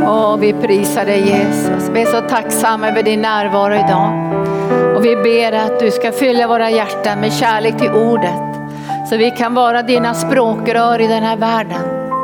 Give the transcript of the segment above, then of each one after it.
Vi prisar dig Jesus. Vi är så tacksamma över din närvaro idag. Och vi ber att du ska fylla våra hjärtan med kärlek till ordet. Så vi kan vara dina språkrör i den här världen.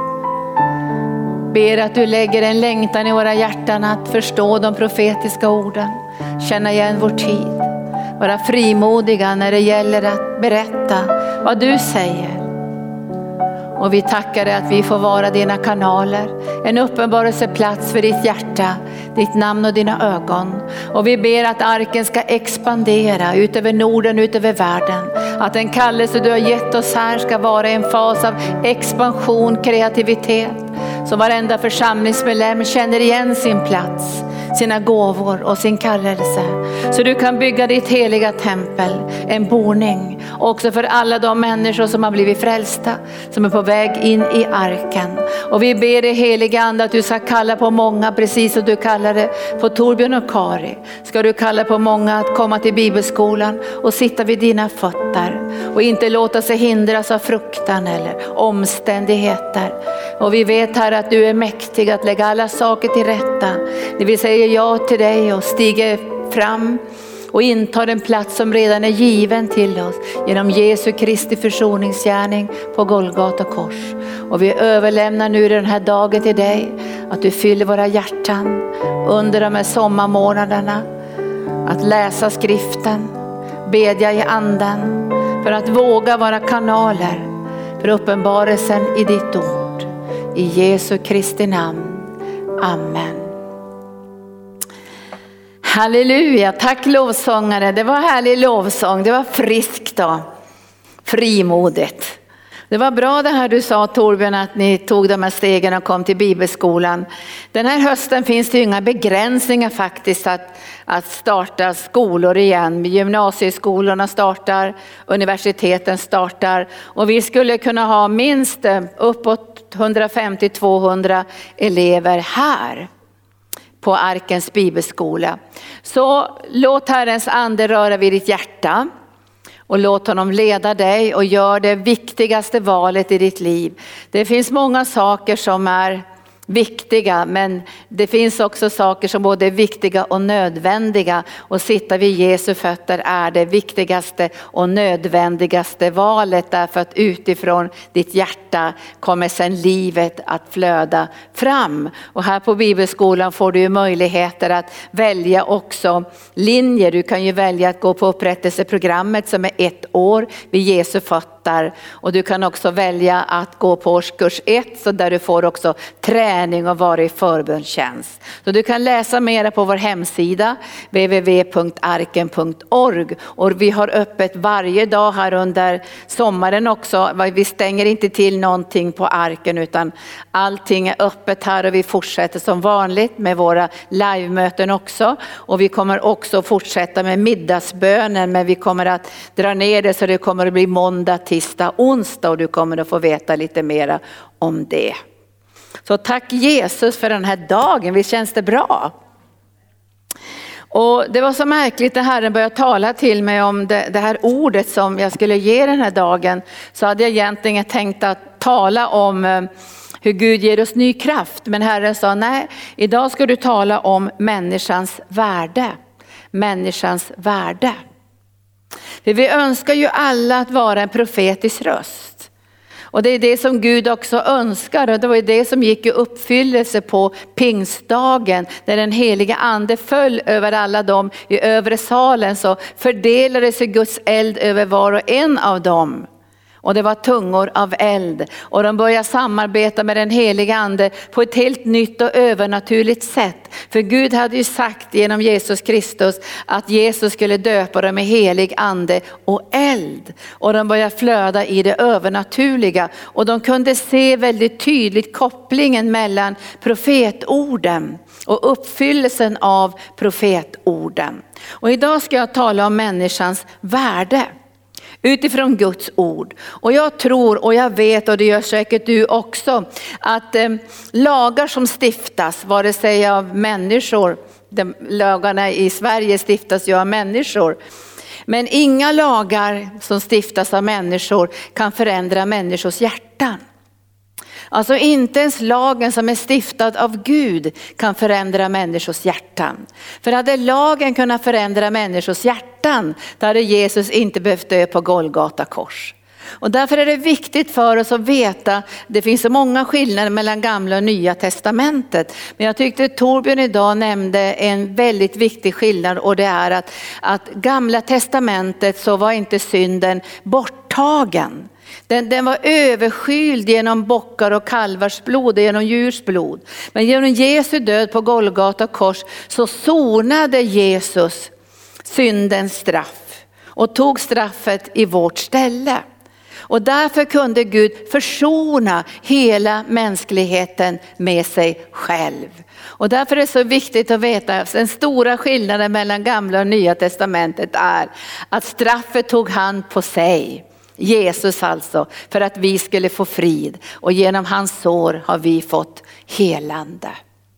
Ber att du lägger en längtan i våra hjärtan att förstå de profetiska orden. Känna igen vår tid. Vara frimodiga när det gäller att berätta vad du säger. Och vi tackar dig att vi får vara dina kanaler. En uppenbarelseplats för ditt hjärta, ditt namn och dina ögon. Och vi ber att arken ska expandera ut över Norden, ut över världen. Att den kallelse du har gett oss här ska vara en fas av expansion, kreativitet. Så varenda församlingsmedlem känner igen sin plats, sina gåvor och sin kallelse. Så du kan bygga ditt heliga tempel, en boning. Också för alla de människor som har blivit frälsta, som är på väg in i arken. Och vi ber dig heliga ande att du ska kalla på många, precis som du kallade på Torbjörn och Kari. Ska du kalla på många att komma till bibelskolan och sitta vid dina fötter. Och inte låta sig hindras av fruktan eller omständigheter. Och vi vet här att du är mäktig att lägga alla saker till rätta. Det vill säga ja till dig och stiger fram och intar den plats som redan är given till oss genom Jesu Kristi försoningsgärning på Golgata kors. Och vi överlämnar nu den här dagen till dig, att du fyller våra hjärtan under de här sommarmånaderna att läsa skriften, bedja i anden, för att våga vara kanaler för uppenbarelsen i ditt ord. I Jesu Kristi namn. Amen. Halleluja, tack lovsångare. Det var härlig lovsång, det var friskt och frimodigt. Det var bra det här du sa, Torbjörn, att ni tog de här stegen och kom till bibelskolan. Den här hösten finns det ju inga begränsningar faktiskt att starta skolor igen. Gymnasieskolorna startar, universiteten startar och vi skulle kunna ha minst uppåt 150-200 elever här på Arkens bibelskola. Så låt Herrens ande röra vid ditt hjärta och låt honom leda dig och gör det viktigaste valet i ditt liv. Det finns många saker som är viktiga, men det finns också saker som både är viktiga och nödvändiga. Och sitta vid Jesu fötter är det viktigaste och nödvändigaste valet, därför att utifrån ditt hjärta kommer sen livet att flöda fram. Och här på bibelskolan får du ju möjligheter att välja också linjer. Du kan ju välja att gå på upprättelseprogrammet som är 1 år vid Jesu fötter. Och du kan också välja att gå på årskurs 1, så där du får också träning och vara i förbönstjänst. Så du kan läsa mera på vår hemsida www.arken.org. Och vi har öppet varje dag här under sommaren också. Vi stänger inte till någonting på Arken, utan allting är öppet här och vi fortsätter som vanligt med våra livemöten också. Och vi kommer också fortsätta med middagsbönen, men vi kommer att dra ner det så det kommer att bli måndag, tisdag, onsdag och du kommer att få veta lite mera om det. Så tack Jesus för den här dagen, visst känns det bra? Och det var så märkligt när Herren började tala till mig om det här ordet som jag skulle ge den här dagen. Så hade jag egentligen tänkt att tala om hur Gud ger oss ny kraft. Men Herren sa nej, idag ska du tala om människans värde. Människans värde. För vi önskar ju alla att vara en profetisk röst. Och det är det som Gud också önskar, och det var det som gick i uppfyllelse på pingstdagen. När den heliga ande föll över alla dem i övre salen, så fördelade sig Guds eld över var och en av dem. Och det var tungor av eld. Och de började samarbeta med den heliga ande på ett helt nytt och övernaturligt sätt. För Gud hade ju sagt genom Jesus Kristus att Jesus skulle döpa dem med helig ande och eld. Och de började flöda i det övernaturliga. Och de kunde se väldigt tydligt kopplingen mellan profetorden och uppfyllelsen av profetorden. Och idag ska jag tala om människans värde. Utifrån Guds ord. Och jag tror och jag vet, och det gör säkert du också, att lagar som stiftas, vare sig av människor, lagarna i Sverige stiftas ju av människor, men inga lagar som stiftas av människor kan förändra människors hjärtan. Alltså inte ens lagen som är stiftad av Gud kan förändra människors hjärtan. För hade lagen kunnat förändra människors hjärtan, då hade Jesus inte behövt dö på Golgata kors. Och därför är det viktigt för oss att veta, det finns så många skillnader mellan gamla och nya testamentet. Men jag tyckte Torbjörn idag nämnde en väldigt viktig skillnad, och det är att gamla testamentet så var inte synden borttagen. Den var överskyld genom bockar och kalvars blod, genom djurs blod. Men genom Jesu död på Golgata kors så sonade Jesus syndens straff och tog straffet i vårt ställe. Och därför kunde Gud försona hela mänskligheten med sig själv. Och därför är det så viktigt att veta att den stora skillnaden mellan gamla och nya testamentet är att straffet tog han på sig. Jesus alltså, för att vi skulle få frid, och genom hans sår har vi fått helande.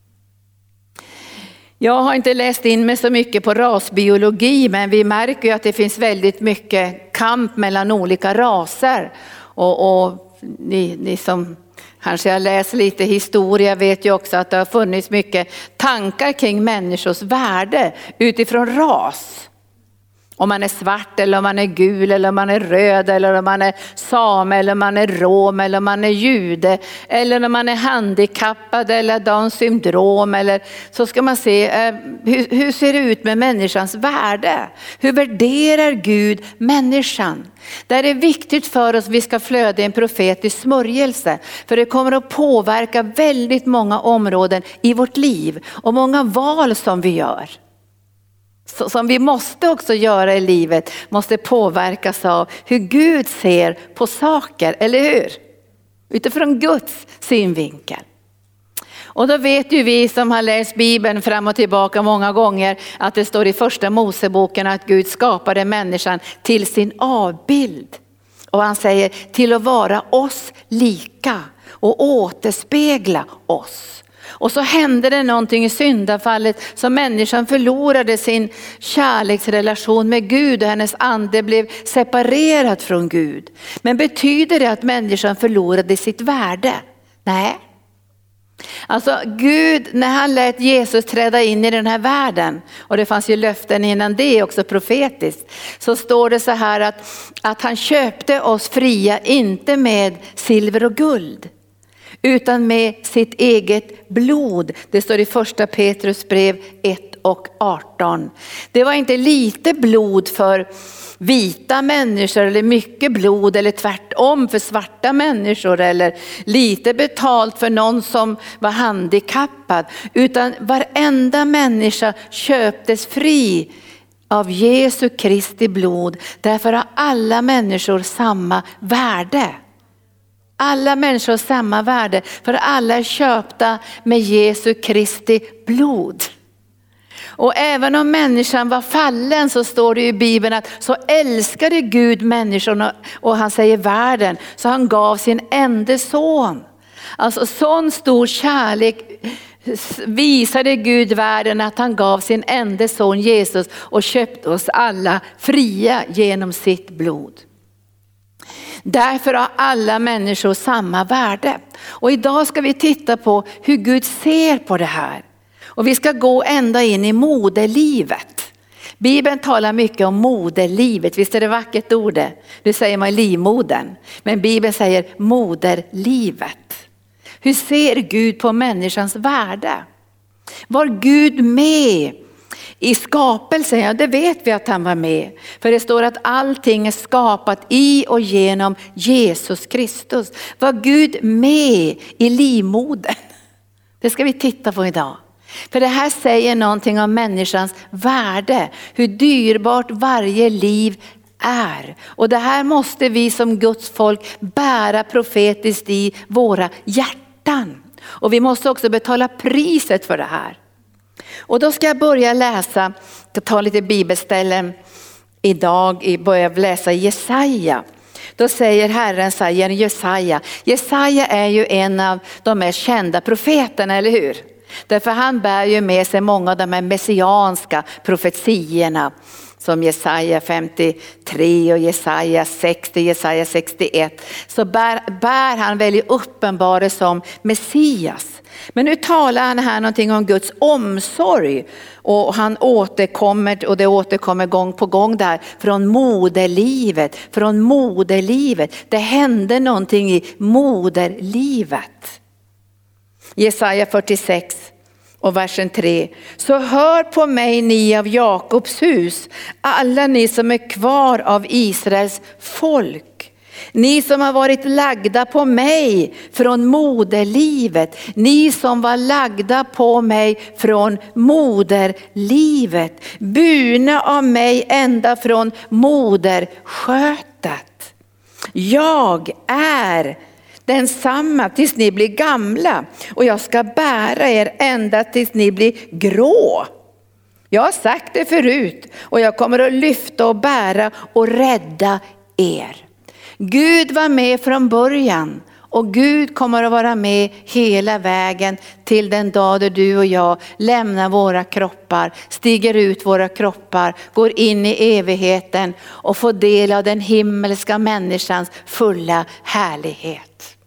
Jag har inte läst in mig så mycket på rasbiologi, men vi märker ju att det finns väldigt mycket kamp mellan olika raser. Och ni som kanske har läst lite historia vet ju också att det har funnits mycket tankar kring människors värde utifrån ras. Om man är svart eller om man är gul eller om man är röd eller om man är same eller om man är rom eller om man är jude eller om man är handikappad eller Downs syndrom, eller så ska man se hur ser det ut med människans värde. Hur värderar Gud människan? Det är viktigt för oss, vi ska flöda i en profetisk smörjelse, för det kommer att påverka väldigt många områden i vårt liv och många val som vi gör. Som vi måste också göra i livet, måste påverkas av hur Gud ser på saker, eller hur? Utifrån Guds synvinkel. Och då vet ju vi som har läst Bibeln fram och tillbaka många gånger att det står i första Moseboken att Gud skapade människan till sin avbild. Och han säger till att vara oss lika och återspegla oss. Och så hände det någonting i syndafallet, så människan förlorade sin kärleksrelation med Gud och hennes ande blev separerad från Gud. Men betyder det att människan förlorade sitt värde? Nej. Alltså Gud, när han lät Jesus träda in i den här världen, och det fanns ju löften innan det också profetiskt, så står det så här att han köpte oss fria inte med silver och guld, utan med sitt eget blod. Det står i första Petrus brev 1:18. Det var inte lite blod för vita människor eller mycket blod eller tvärtom för svarta människor eller lite betalt för någon som var handikappad, utan varenda människa köptes fri av Jesu Kristi blod. Därför har alla människor samma värde. Alla människor har samma värde, för alla är köpta med Jesu Kristi blod. Och även om människan var fallen, så står det i Bibeln att så älskade Gud människorna, och han säger världen, så han gav sin enda son. Alltså sån stor kärlek visade Gud världen att han gav sin enda son Jesus och köpte oss alla fria genom sitt blod. Därför har alla människor samma värde. Och idag ska vi titta på hur Gud ser på det här. Och vi ska gå ända in i moderlivet. Bibeln talar mycket om moderlivet. Visst är det vackert ord det? Det säger man livmodern. Men Bibeln säger moderlivet. Hur ser Gud på människans värde? Var Gud med i skapelsen? Ja, det vet vi att han var med. För det står att allting är skapat i och genom Jesus Kristus. Var Gud med i livmodern? Det ska vi titta på idag. För det här säger någonting om människans värde. Hur dyrbart varje liv är. Och det här måste vi som Guds folk bära profetiskt i våra hjärtan. Och vi måste också betala priset för det här. Och då ska jag börja läsa, ta lite bibelställen idag, börja läsa Jesaja. Då säger Herren säger Jesaja. Jesaja är ju en av de mest kända profeterna, eller hur? Därför han bär ju med sig många av de här messianska profetierna. som Jesaja 53 och Jesaja 60, Jesaja 61, så bär han väldigt uppenbarelse som Messias. Men nu talar han här någonting om Guds omsorg, och han återkommer, och det återkommer gång på gång där, från moderlivet. Det hände någonting i moderlivet. Jesaja 46 och versen 3. Så hör på mig, ni av Jakobs hus, alla ni som är kvar av Israels folk. Ni som har varit lagda på mig från moderlivet. Ni som var lagda på mig från moderlivet. Burna av mig ända från moderskötet. Jag är densamma tills ni blir gamla, och jag ska bära er ända tills ni blir grå. Jag har sagt det förut, och jag kommer att lyfta och bära och rädda er. Gud var med från början, och Gud kommer att vara med hela vägen till den dag då du och jag lämnar våra kroppar, stiger ut våra kroppar, går in i evigheten och får del av den himmelska människans fulla härlighet.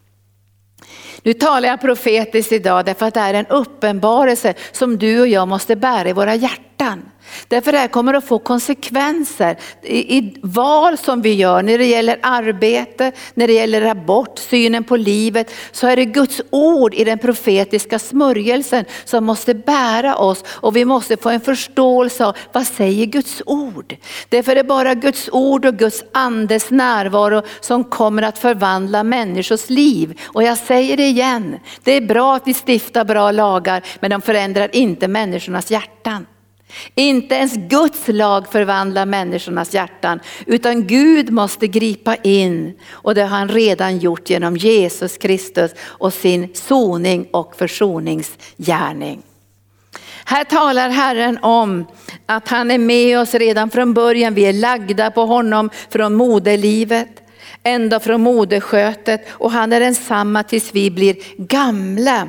Nu talar jag profetiskt idag därför att det är en uppenbarelse som du och jag måste bära i våra hjärtan. Därför det här kommer att få konsekvenser i val som vi gör när det gäller arbete, när det gäller abort, synen på livet. Så är det Guds ord i den profetiska smörjelsen som måste bära oss, och vi måste få en förståelse av vad säger Guds ord. Därför är det bara Guds ord och Guds andes närvaro som kommer att förvandla människors liv. Och jag säger det igen, det är bra att vi stiftar bra lagar, men de förändrar inte människornas hjärtan. Inte ens Guds lag förvandlar människornas hjärtan, utan Gud måste gripa in, och det har han redan gjort genom Jesus Kristus och sin soning och försoningsgärning. Här talar Herren om att han är med oss redan från början. Vi är lagda på honom från moderlivet, ända från moderskötet, och han är densamma tills vi blir gamla.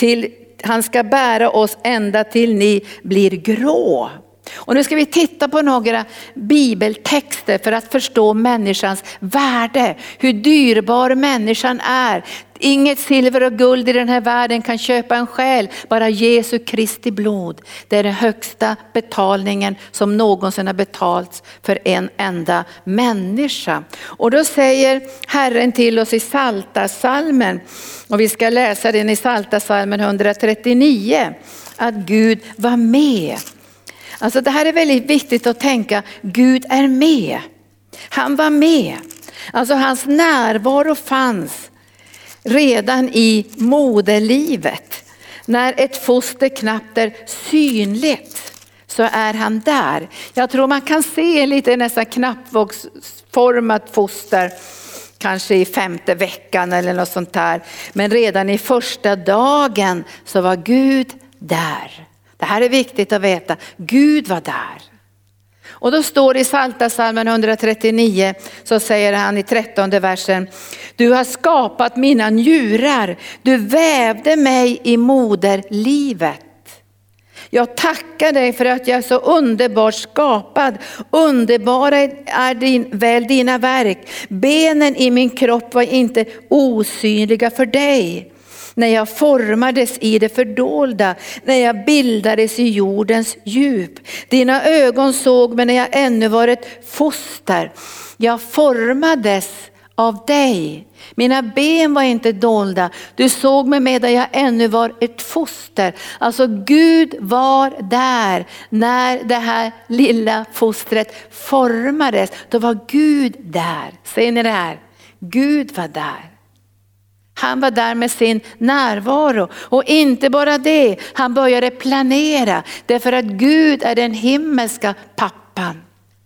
Han ska bära oss ända till ni blir grå. Och nu ska vi titta på några bibeltexter för att förstå människans värde. Hur dyrbar människan är. Inget silver och guld i den här världen kan köpa en själ. Bara Jesu Kristi blod. Det är den högsta betalningen som någonsin har betalts för en enda människa. Och då säger Herren till oss i Psaltarpsalmen, och vi ska läsa den i Psaltarpsalmen 139, att Gud var med. Alltså det här är väldigt viktigt att tänka. Gud är med. Han var med. Alltså hans närvaro fanns redan i moderlivet. När ett foster knappt är synligt så är han där. Jag tror man kan se lite nästan knappvågsformat foster. Kanske i 5:e veckan eller något sånt där. Men redan i första dagen så var Gud där. Det här är viktigt att veta. Gud var där. Och då står det i Psaltarpsalmen 139, så säger han i 13:e versen: du har skapat mina njurar, du vävde mig i moderlivet. Jag tackar dig för att jag är så underbart skapad. Underbara är väl dina verk. Benen i min kropp var inte osynliga för dig. När jag formades i det fördolda, när jag bildades i jordens djup. Dina ögon såg mig när jag ännu var ett foster. Jag formades av dig. Mina ben var inte dolda. Du såg mig medan jag ännu var ett foster. Alltså Gud var där när det här lilla fostret formades. Då var Gud där. Ser ni det här? Gud var där. Han var där med sin närvaro. Och inte bara det, han började planera. Därför att Gud är den himmelska pappan.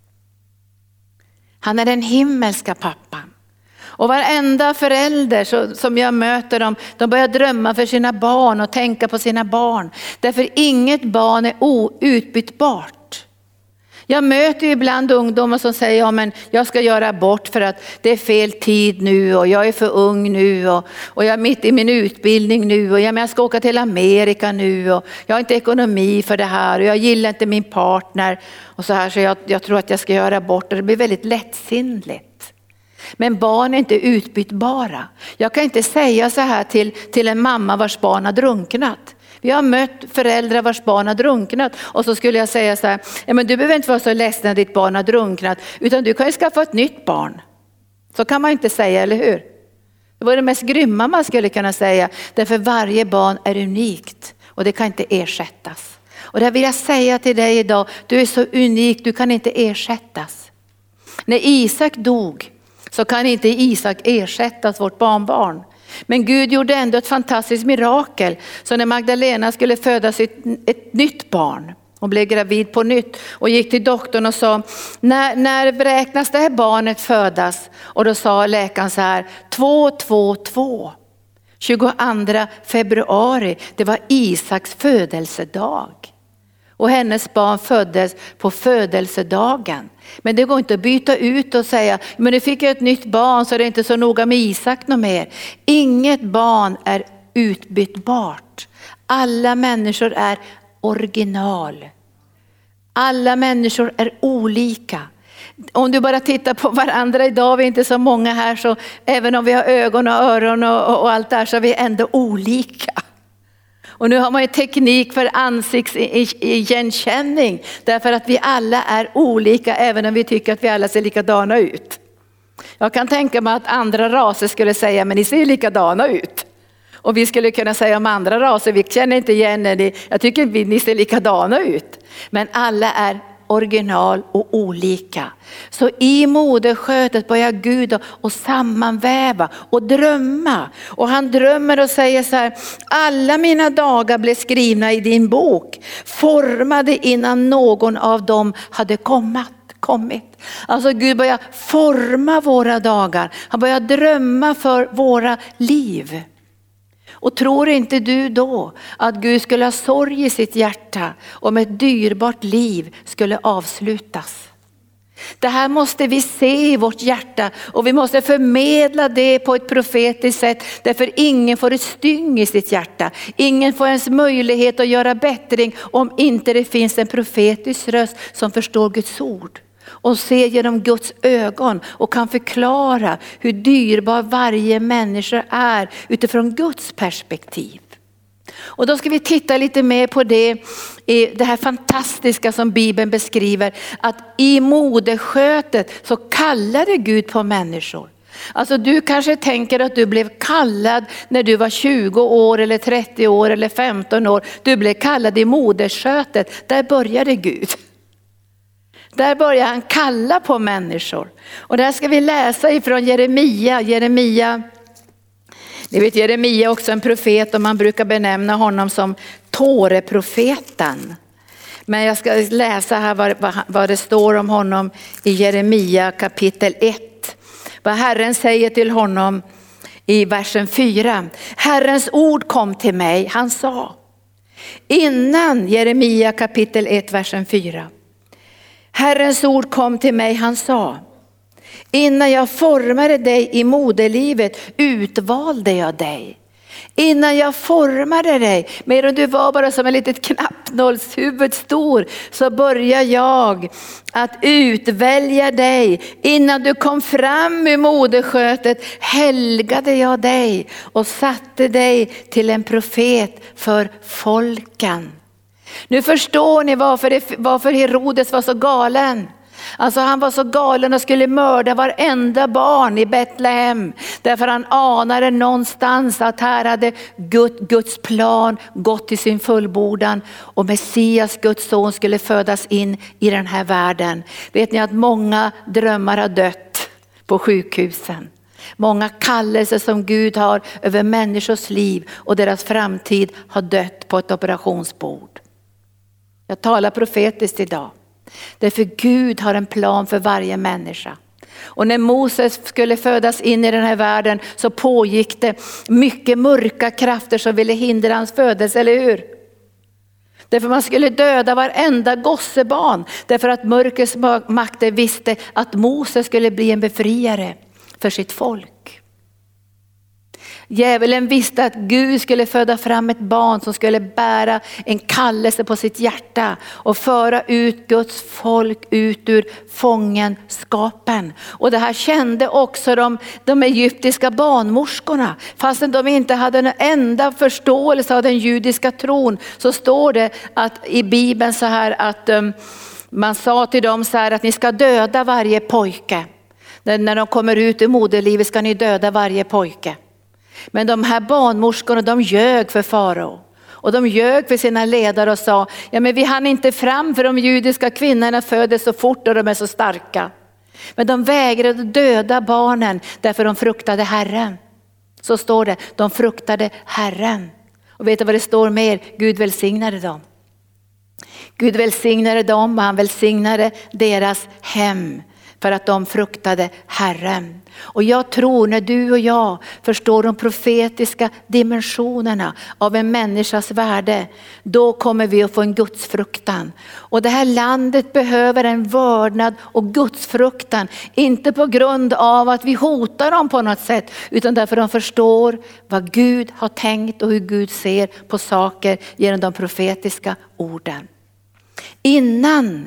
Han är den himmelska pappan. Och varenda förälder som jag möter dem, de börjar drömma för sina barn och tänka på sina barn. Därför inget barn är outbytbart. Jag möter ju ibland ungdomar som säger, ja men jag ska göra abort för att det är fel tid nu och jag är för ung nu och jag är mitt i min utbildning nu och jag ska åka till Amerika nu och jag har inte ekonomi för det här och jag gillar inte min partner och så här, så jag tror att jag ska göra abort, och det blir väldigt lättsinnligt. Men barn är inte utbytbara. Jag kan inte säga så här till en mamma vars barn har drunknat. Vi har mött föräldrar vars barn har drunknat och så skulle jag säga så här, ja, men du behöver inte vara så ledsen när ditt barn har drunknat, utan du kan ju skaffa ett nytt barn. Så kan man inte säga, eller hur? Det var det mest grymma man skulle kunna säga, därför varje barn är unikt och det kan inte ersättas. Och det vill jag säga till dig idag, du är så unik, du kan inte ersättas. När Isak dog så kan inte Isak ersättas, vårt barnbarn. Men Gud gjorde ändå ett fantastiskt mirakel. Så när Magdalena skulle föda ett nytt barn, hon blev gravid på nytt och gick till doktorn och sa, när beräknas det här barnet födas? Och då sa läkaren så här, 222. 22 februari, det var Isaks födelsedag. Och hennes barn föddes på födelsedagen. Men det går inte att byta ut och säga, men nu fick jag ett nytt barn så det är inte så noga med Isak något mer. Inget barn är utbytbart. Alla människor är original. Alla människor är olika. Om du bara tittar på varandra idag, vi är inte så många här, så även om vi har ögon och öron och allt där, så är vi ändå olika. Och nu har man ju teknik för ansiktsigenkänning, därför att vi alla är olika även om vi tycker att vi alla ser likadana ut. Jag kan tänka mig att andra raser skulle säga, men ni ser likadana ut. Och vi skulle kunna säga om andra raser, vi känner inte igen er, jag tycker ni ser likadana ut. Men alla är original och olika. Så i moderskötet börjar Gud och sammanväva och drömma. Och han drömmer och säger så här, alla mina dagar blev skrivna i din bok, formade innan någon av dem hade kommit. Alltså Gud börjar forma våra dagar. Han börjar drömma för våra liv. Och tror inte du då att Gud skulle ha sorg i sitt hjärta om ett dyrbart liv skulle avslutas? Det här måste vi se i vårt hjärta och vi måste förmedla det på ett profetiskt sätt. Därför ingen får ett styng i sitt hjärta. Ingen får ens möjlighet att göra bättring om inte det finns en profetisk röst som förstår Guds ord. Och ser genom Guds ögon och kan förklara hur dyrbar varje människa är utifrån Guds perspektiv. Och då ska vi titta lite mer på det här fantastiska som Bibeln beskriver. Att i moderskötet så kallade Gud på människor. Alltså du kanske tänker att du blev kallad när du var 20 år eller 30 år eller 15 år. Du blev kallad i moderskötet, där började Gud. Där börjar han kalla på människor. Och där ska vi läsa ifrån Jeremia. Ni vet Jeremia är också en profet och man brukar benämna honom som Tåreprofeten. Men jag ska läsa här vad det står om honom i Jeremia kapitel 1. Vad Herren säger till honom i versen 4. Herrens ord kom till mig, han sa. Innan Jeremia kapitel 1 versen 4. Herrens ord kom till mig, han sa. Innan jag formade dig i moderlivet utvalde jag dig. Innan jag formade dig, medan du var bara som en litet knappnålshuvud stor, så började jag att utvälja dig. Innan du kom fram i moderskötet helgade jag dig och satte dig till en profet för folken. Nu förstår ni varför Herodes var så galen. Alltså han var så galen och skulle mörda varenda barn i Betlehem. Därför han anade någonstans att här hade Guds plan gått till sin fullbordan. Och Messias, Guds son, skulle födas in i den här världen. Vet ni att många drömmar har dött på sjukhusen. Många kallelser som Gud har över människors liv och deras framtid har dött på ett operationsbord. Jag talar profetiskt idag. Därför Gud har en plan för varje människa. Och när Moses skulle födas in i den här världen så pågick det mycket mörka krafter som ville hindra hans födelse, eller hur? Därför man skulle döda varenda gossebarn. Därför att mörkrets makter visste att Moses skulle bli en befriare för sitt folk. Djävulen visste att Gud skulle föda fram ett barn som skulle bära en kallelse på sitt hjärta och föra ut Guds folk ut ur fångenskapen. Och det här kände också de egyptiska barnmorskorna. Fastän de inte hade en enda förståelse av den judiska tron, så står det att i Bibeln så här att man sa till dem så här att ni ska döda varje pojke. När de kommer ut ur moderlivet ska ni döda varje pojke. Men de här barnmorskorna, de ljög för farao. Och de ljög för sina ledare och sa, ja men vi hann inte fram för de judiska kvinnorna föder så fort och de är så starka. Men de vägrade döda barnen därför de fruktade Herren. Så står det, de fruktade Herren. Och vet du vad det står mer? Gud välsignade dem. Gud välsignade dem och han välsignade deras hem. För att de fruktade Herren. Och jag tror när du och jag förstår de profetiska dimensionerna av en människas värde, då kommer vi att få en gudsfruktan. Och det här landet behöver en vördnad och gudsfruktan. Inte på grund av att vi hotar dem på något sätt, utan därför de förstår vad Gud har tänkt och hur Gud ser på saker genom de profetiska orden. Innan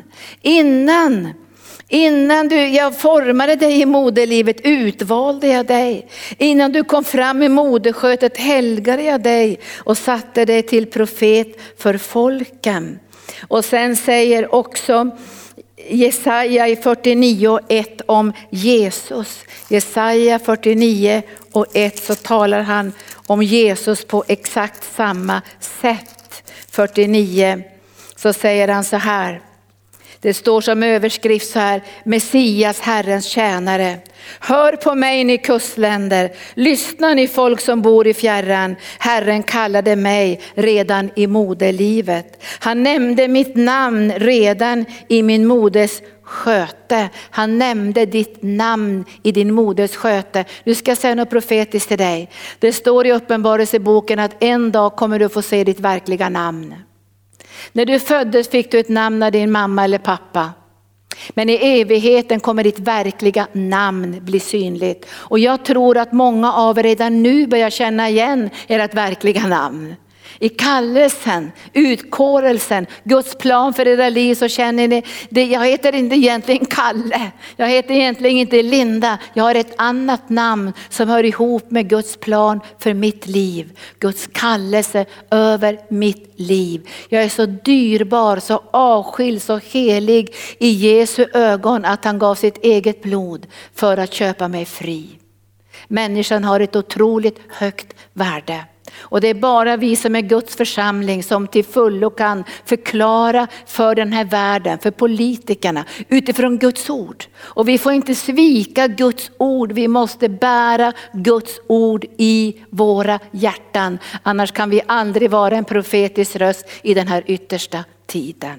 jag formade dig i moderlivet utvalde jag dig. Innan du kom fram i moderskötet helgade jag dig och satte dig till profet för folken. Och sen säger också Jesaja i 49:1 om Jesus. Jesaja 49:1 så talar han om Jesus på exakt samma sätt. 49 så säger han så här. Det står som överskrift så här: Messias, Herrens tjänare. Hör på mig ni kustländer, lyssna ni folk som bor i fjärran. Herren kallade mig redan i moderlivet. Han nämnde mitt namn redan i min moders sköte. Han nämnde ditt namn i din moders sköte. Nu ska jag säga något profetiskt till dig. Det står i Uppenbarelseboken att en dag kommer du få se ditt verkliga namn. När du föddes fick du ett namn av din mamma eller pappa. Men i evigheten kommer ditt verkliga namn bli synligt. Och jag tror att många av er redan nu börjar känna igen ert verkliga namn. I kallelsen, utkårelsen, Guds plan för era liv så känner ni det. Jag heter inte egentligen Kalle. Jag heter egentligen inte Linda. Jag har ett annat namn som hör ihop med Guds plan för mitt liv. Guds kallelse över mitt liv. Jag är så dyrbar, så avskild, så helig i Jesu ögon att han gav sitt eget blod för att köpa mig fri. Människan har ett otroligt högt värde. Och det är bara vi som är Guds församling som till fullo kan förklara för den här världen, för politikerna, utifrån Guds ord. Och vi får inte svika Guds ord, vi måste bära Guds ord i våra hjärtan. Annars kan vi aldrig vara en profetisk röst i den här yttersta tiden.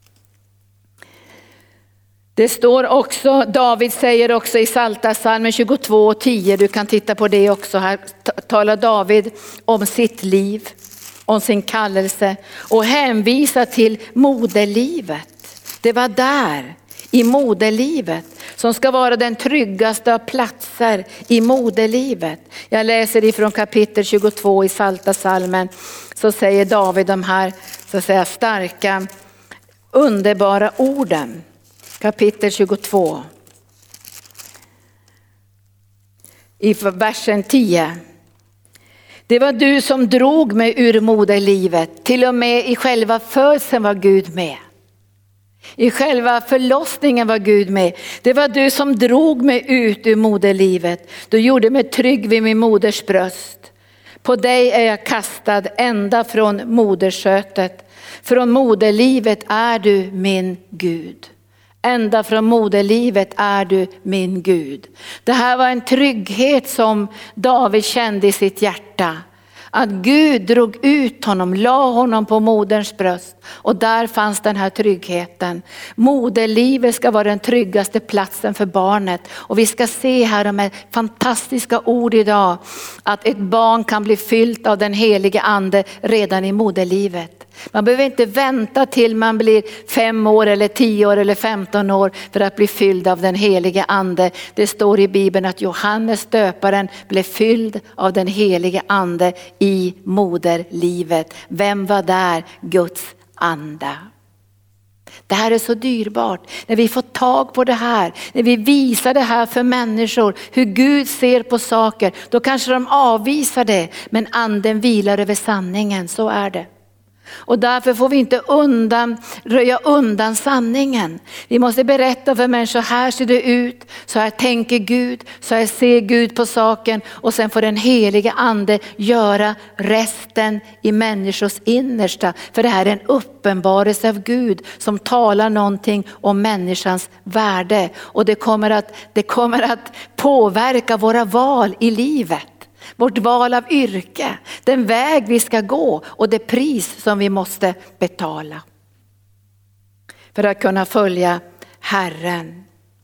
Det står också, David säger också i Psaltarpsalmen 22:10, du kan titta på det också här, talar David om sitt liv, om sin kallelse och hänvisar till moderlivet. Det var där, i moderlivet, som ska vara den tryggaste av platser i moderlivet. Jag läser ifrån kapitel 22 i Psaltarpsalmen, så säger David de här så att säga starka, underbara orden. Kapitel 22. I versen 10. Det var du som drog mig ur moderlivet. Till och med i själva födseln var Gud med. I själva förlossningen var Gud med. Det var du som drog mig ut ur moderlivet. Du gjorde mig trygg vid min moders bröst. På dig är jag kastad ända från moderskötet. Från moderlivet är du min Gud. Ända från moderlivet är du min Gud. Det här var en trygghet som David kände i sitt hjärta. Att Gud drog ut honom, la honom på moderns bröst. Och där fanns den här tryggheten. Moderlivet ska vara den tryggaste platsen för barnet. Och vi ska se här de här fantastiska ord idag. Att ett barn kan bli fyllt av den helige ande redan i moderlivet. Man behöver inte vänta till man blir 5 år eller 10 år eller 15 år för att bli fylld av den helige ande. Det står i Bibeln att Johannes döparen blev fylld av den helige ande i moderlivet. Vem var där? Guds ande. Det här är så dyrbart. När vi får tag på det här, när vi visar det här för människor, hur Gud ser på saker, då kanske de avvisar det. Men anden vilar över sanningen, så är det. Och därför får vi inte röja undan sanningen. Vi måste berätta för människor, här ser det ut, så här tänker Gud, så här ser Gud på saken. Och sen får den helige ande göra resten i människors innersta. För det här är en uppenbarelse av Gud som talar någonting om människans värde. Och det kommer att påverka våra val i livet. Vårt val av yrke, den väg vi ska gå och det pris som vi måste betala för att kunna följa Herren.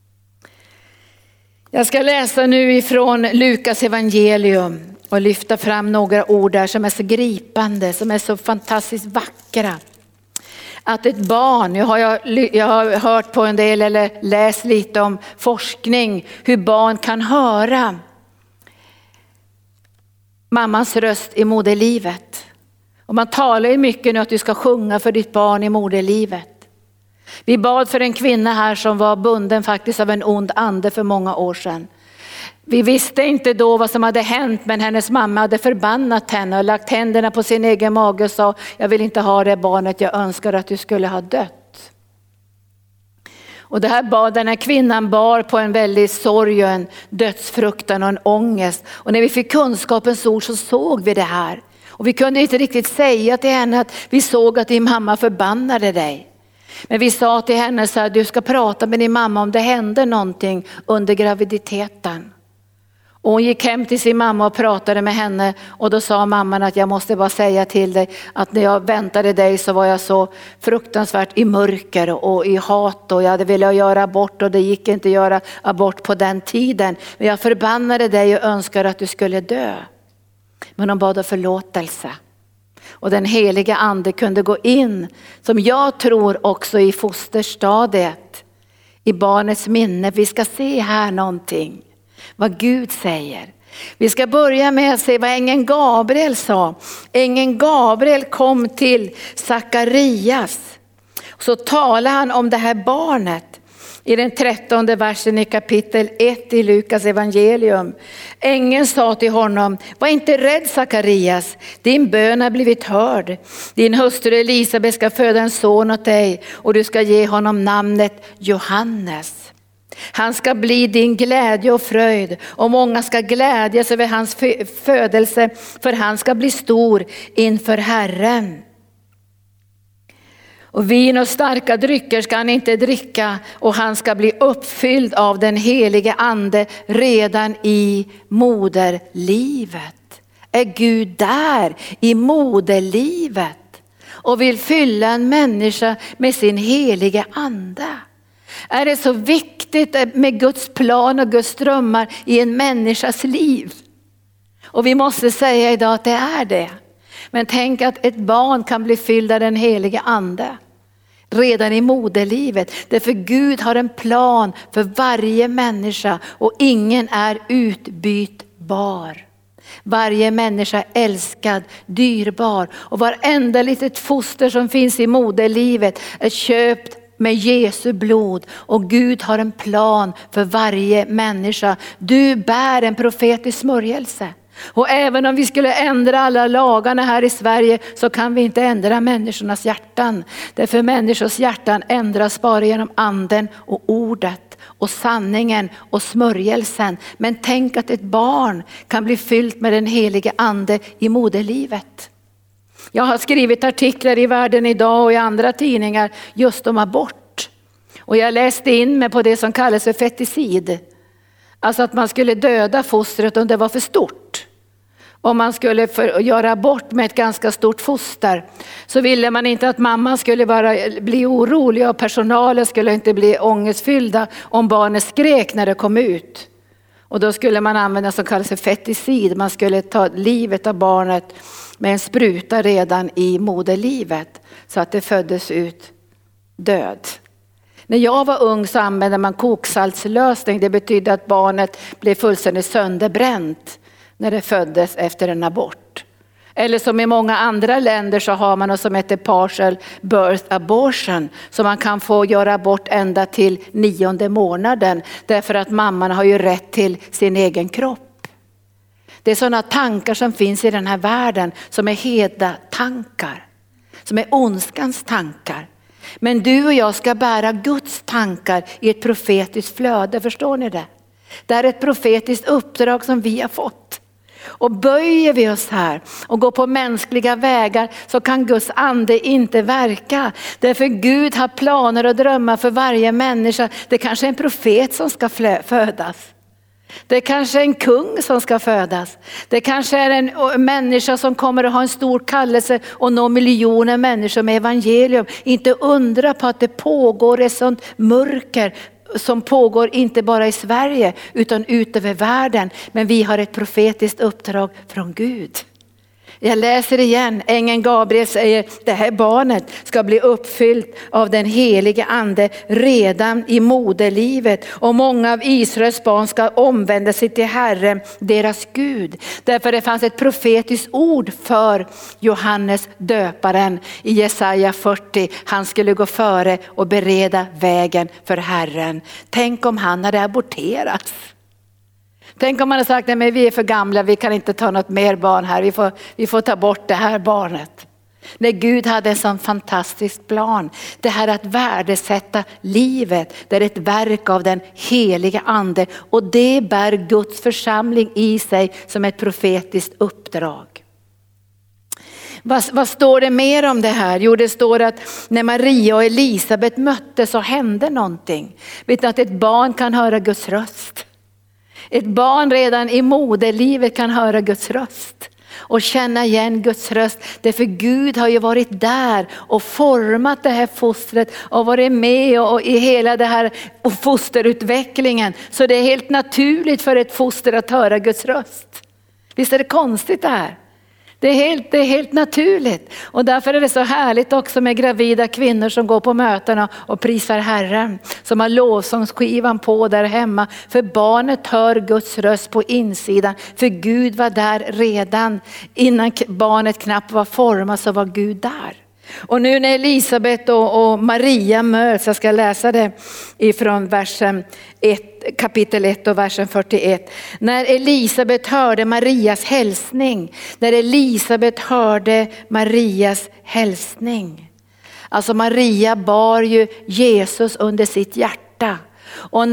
Jag ska läsa nu ifrån Lukas evangelium och lyfta fram några ord där som är så gripande, som är så fantastiskt vackra. Att ett barn, jag har hört på en del eller läst lite om forskning, hur barn kan höra mammans röst i moderlivet. Och man talar ju mycket nu att du ska sjunga för ditt barn i moderlivet. Vi bad för en kvinna här som var bunden faktiskt av en ond ande för många år sedan. Vi visste inte då vad som hade hänt, men hennes mamma hade förbannat henne och lagt händerna på sin egen mage och sa, jag vill inte ha det barnet, jag önskar att du skulle ha dött. Och den här kvinnan bar på en väldigt sorg och en dödsfruktan och en ångest. Och när vi fick kunskapens ord så såg vi det här. Och vi kunde inte riktigt säga till henne att vi såg att din mamma förbannade dig. Men vi sa till henne så här, du ska prata med din mamma om det hände någonting under graviditeten. Och hon gick hem till sin mamma och pratade med henne, och då sa mamman att jag måste bara säga till dig att när jag väntade dig så var jag så fruktansvärt i mörker och i hat, och jag hade velat göra abort och det gick inte att göra abort på den tiden. Men jag förbannade dig och önskade att du skulle dö. Men hon bad om förlåtelse. Och den heliga ande kunde gå in, som jag tror också i fosterstadiet, i barnets minne. Vi ska se här någonting. Vad Gud säger. Vi ska börja med att se vad ängeln Gabriel sa. Ängeln Gabriel kom till Sakarias. Så talar han om det här barnet i den 13:e versen i kapitel 1 i Lukas evangelium. Ängeln sa till honom, var inte rädd Sakarias, din bön har blivit hörd. Din hustru Elisabet ska föda en son åt dig och du ska ge honom namnet Johannes. Han ska bli din glädje och fröjd, och många ska glädjas över hans födelse, för han ska bli stor inför Herren. Och vin och starka drycker ska han inte dricka, och han ska bli uppfylld av den helige ande redan i moderlivet. Är Gud där i moderlivet och vill fylla en människa med sin helige ande? Är det så viktigt med Guds plan och Guds drömmar i en människas liv? Och vi måste säga idag att det är det. Men tänk att ett barn kan bli fylld av den helige ande redan i moderlivet. Därför Gud har en plan för varje människa och ingen är utbytbar. Varje människa är älskad, dyrbar, och varenda litet foster som finns i moderlivet är köpt med Jesu blod, och Gud har en plan för varje människa. Du bär en profetisk smörjelse. Och även om vi skulle ändra alla lagarna här i Sverige så kan vi inte ändra människornas hjärtan. Därför människors hjärtan ändras bara genom anden och ordet och sanningen och smörjelsen. Men tänk att ett barn kan bli fyllt med den helige ande i moderlivet. Jag har skrivit artiklar i Världen idag och i andra tidningar just om abort. Och jag läste in mig på det som kallas för feticid. Alltså att man skulle döda fostret om det var för stort. Om man skulle göra abort med ett ganska stort foster så ville man inte att mamman skulle bli orolig och personalen skulle inte bli ångestfyllda om barnet skrek när det kom ut. Och då skulle man använda som kallas för feticid. Man skulle ta livet av barnet med en spruta redan i moderlivet så att det föddes ut död. När jag var ung så använde man koksaltslösning. Det betydde att barnet blev fullständigt sönderbränt när det föddes efter en abort. Eller som i många andra länder så har man något som heter partial birth abortion. Så man kan få göra abort ända till 9:e månaden. Därför att mamman har ju rätt till sin egen kropp. Det är sådana tankar som finns i den här världen som är heda tankar. Som är ondskans tankar. Men du och jag ska bära Guds tankar i ett profetiskt flöde, förstår ni det? Det är ett profetiskt uppdrag som vi har fått. Och böjer vi oss här och går på mänskliga vägar så kan Guds ande inte verka. Därför Gud har planer och drömmar för varje människa. Det kanske är en profet som ska födas. Det kanske är en kung som ska födas. Det kanske är en människa som kommer att ha en stor kallelse och nå miljoner människor med evangelium. Inte undra på att det pågår ett sånt mörker som pågår inte bara i Sverige utan ut över världen. Men vi har ett profetiskt uppdrag från Gud. Jag läser igen, ängeln Gabriel säger det här barnet ska bli uppfyllt av den helige ande redan i moderlivet. Och många av Israels barn ska omvända sig till Herren, deras Gud. Därför det fanns ett profetiskt ord för Johannes döparen i Jesaja 40. Han skulle gå före och bereda vägen för Herren. Tänk om han hade aborterats. Tänk om man hade sagt, nej men vi är för gamla, vi kan inte ta något mer barn här, vi får ta bort det här barnet. När Gud hade en sån fantastisk plan, det här att värdesätta livet, det är ett verk av den heliga ande och det bär Guds församling i sig som ett profetiskt uppdrag. Vad står det mer om det här? Jo, det står att när Maria och Elisabet möttes så hände någonting. Vet du att ett barn kan höra Guds röst? Ett barn redan i moderlivet kan höra Guds röst och känna igen Guds röst. Därför Gud har ju varit där och format det här fostret och varit med och i hela det här fosterutvecklingen. Så det är helt naturligt för ett foster att höra Guds röst. Visst är det konstigt det här? Det är helt naturligt. Och därför är det så härligt också med gravida kvinnor som går på mötena och prisar Herren. Som har lovsångsskivan på där hemma. För barnet hör Guds röst på insidan. För Gud var där redan. Innan barnet knappt var format så var Gud där. Och nu när Elisabet och Maria möts, jag ska läsa det ifrån versen 1, kapitel 1 och versen 41. När Elisabet hörde Marias hälsning. När Elisabet hörde Marias hälsning. Alltså Maria bar ju Jesus under sitt hjärta. Och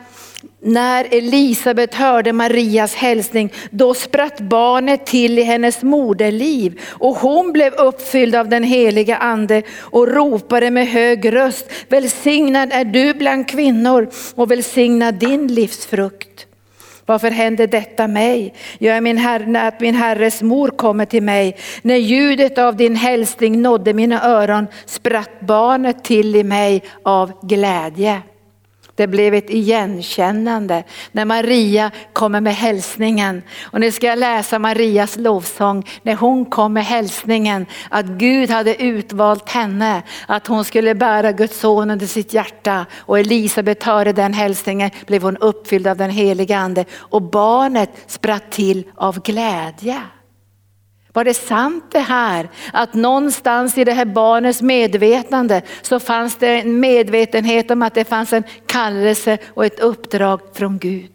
när Elisabet hörde Marias hälsning, då spratt barnet till i hennes moderliv och hon blev uppfylld av den heliga ande och ropade med hög röst: välsignad är du bland kvinnor och välsignad din livsfrukt. Varför hände detta mig? Jag är min herres mor kommer till mig. När ljudet av din hälsning nådde mina öron spratt barnet till i mig av glädje. Det blev ett igenkännande när Maria kommer med hälsningen. Och nu ska jag läsa Marias lovsång när hon kom med hälsningen. Att Gud hade utvalt henne. Att hon skulle bära Guds son under sitt hjärta. Och Elisabet hörde den hälsningen, blev hon uppfylld av den heliga ande. Och barnet spratt till av glädje. Var det sant det här? Att någonstans i det här barnets medvetande så fanns det en medvetenhet om att det fanns en kallelse och ett uppdrag från Gud.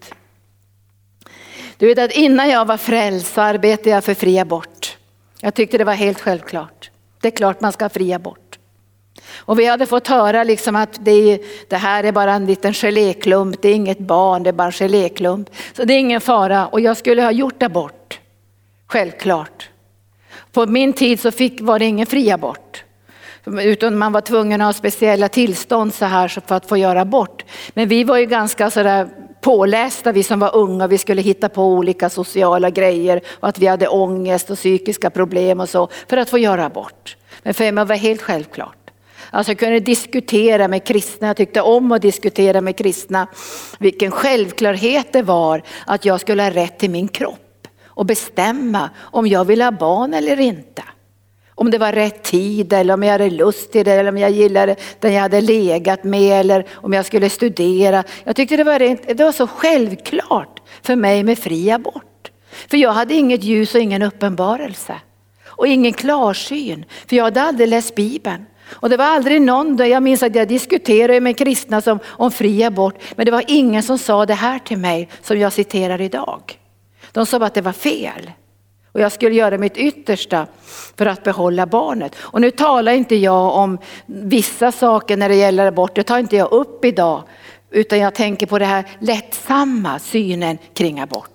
Du vet att innan jag var frälst så arbetade jag för fri abort. Jag tyckte det var helt självklart. Det är klart man ska ha fri abort. Och vi hade fått höra liksom att det här är bara en liten geléklump. Det är inget barn, det är bara en geléklump. Så det är ingen fara. Och jag skulle ha gjort abort. Självklart. På min tid så var det ingen fri abort. Utan man var tvungen att ha speciella tillstånd så här för att få göra abort. Men vi var ju ganska sådär pålästa, vi som var unga. Vi skulle hitta på olika sociala grejer. Och att vi hade ångest och psykiska problem och så. För att få göra abort. Men för mig var helt självklart. Alltså jag kunde diskutera med kristna. Jag tyckte om att diskutera med kristna. Vilken självklarhet det var att jag skulle ha rätt till min kropp. och bestämma om jag vill ha barn eller inte. Om det var rätt tid eller om jag hade lust till det eller om jag gillade den jag hade legat med eller om jag skulle studera. Jag tyckte det var så självklart för mig med fri abort. För jag hade inget ljus och ingen uppenbarelse. Och ingen klarsyn. För jag hade aldrig läst Bibeln. Och det var aldrig någon, jag minns att jag diskuterade med kristna om fri abort. Men det var ingen som sa det här till mig som jag citerar idag. De sa att det var fel. Och jag skulle göra mitt yttersta för att behålla barnet. Och nu talar inte jag om vissa saker när det gäller abort. Det tar inte jag upp idag. Utan jag tänker på det här lättsamma synen kring abort.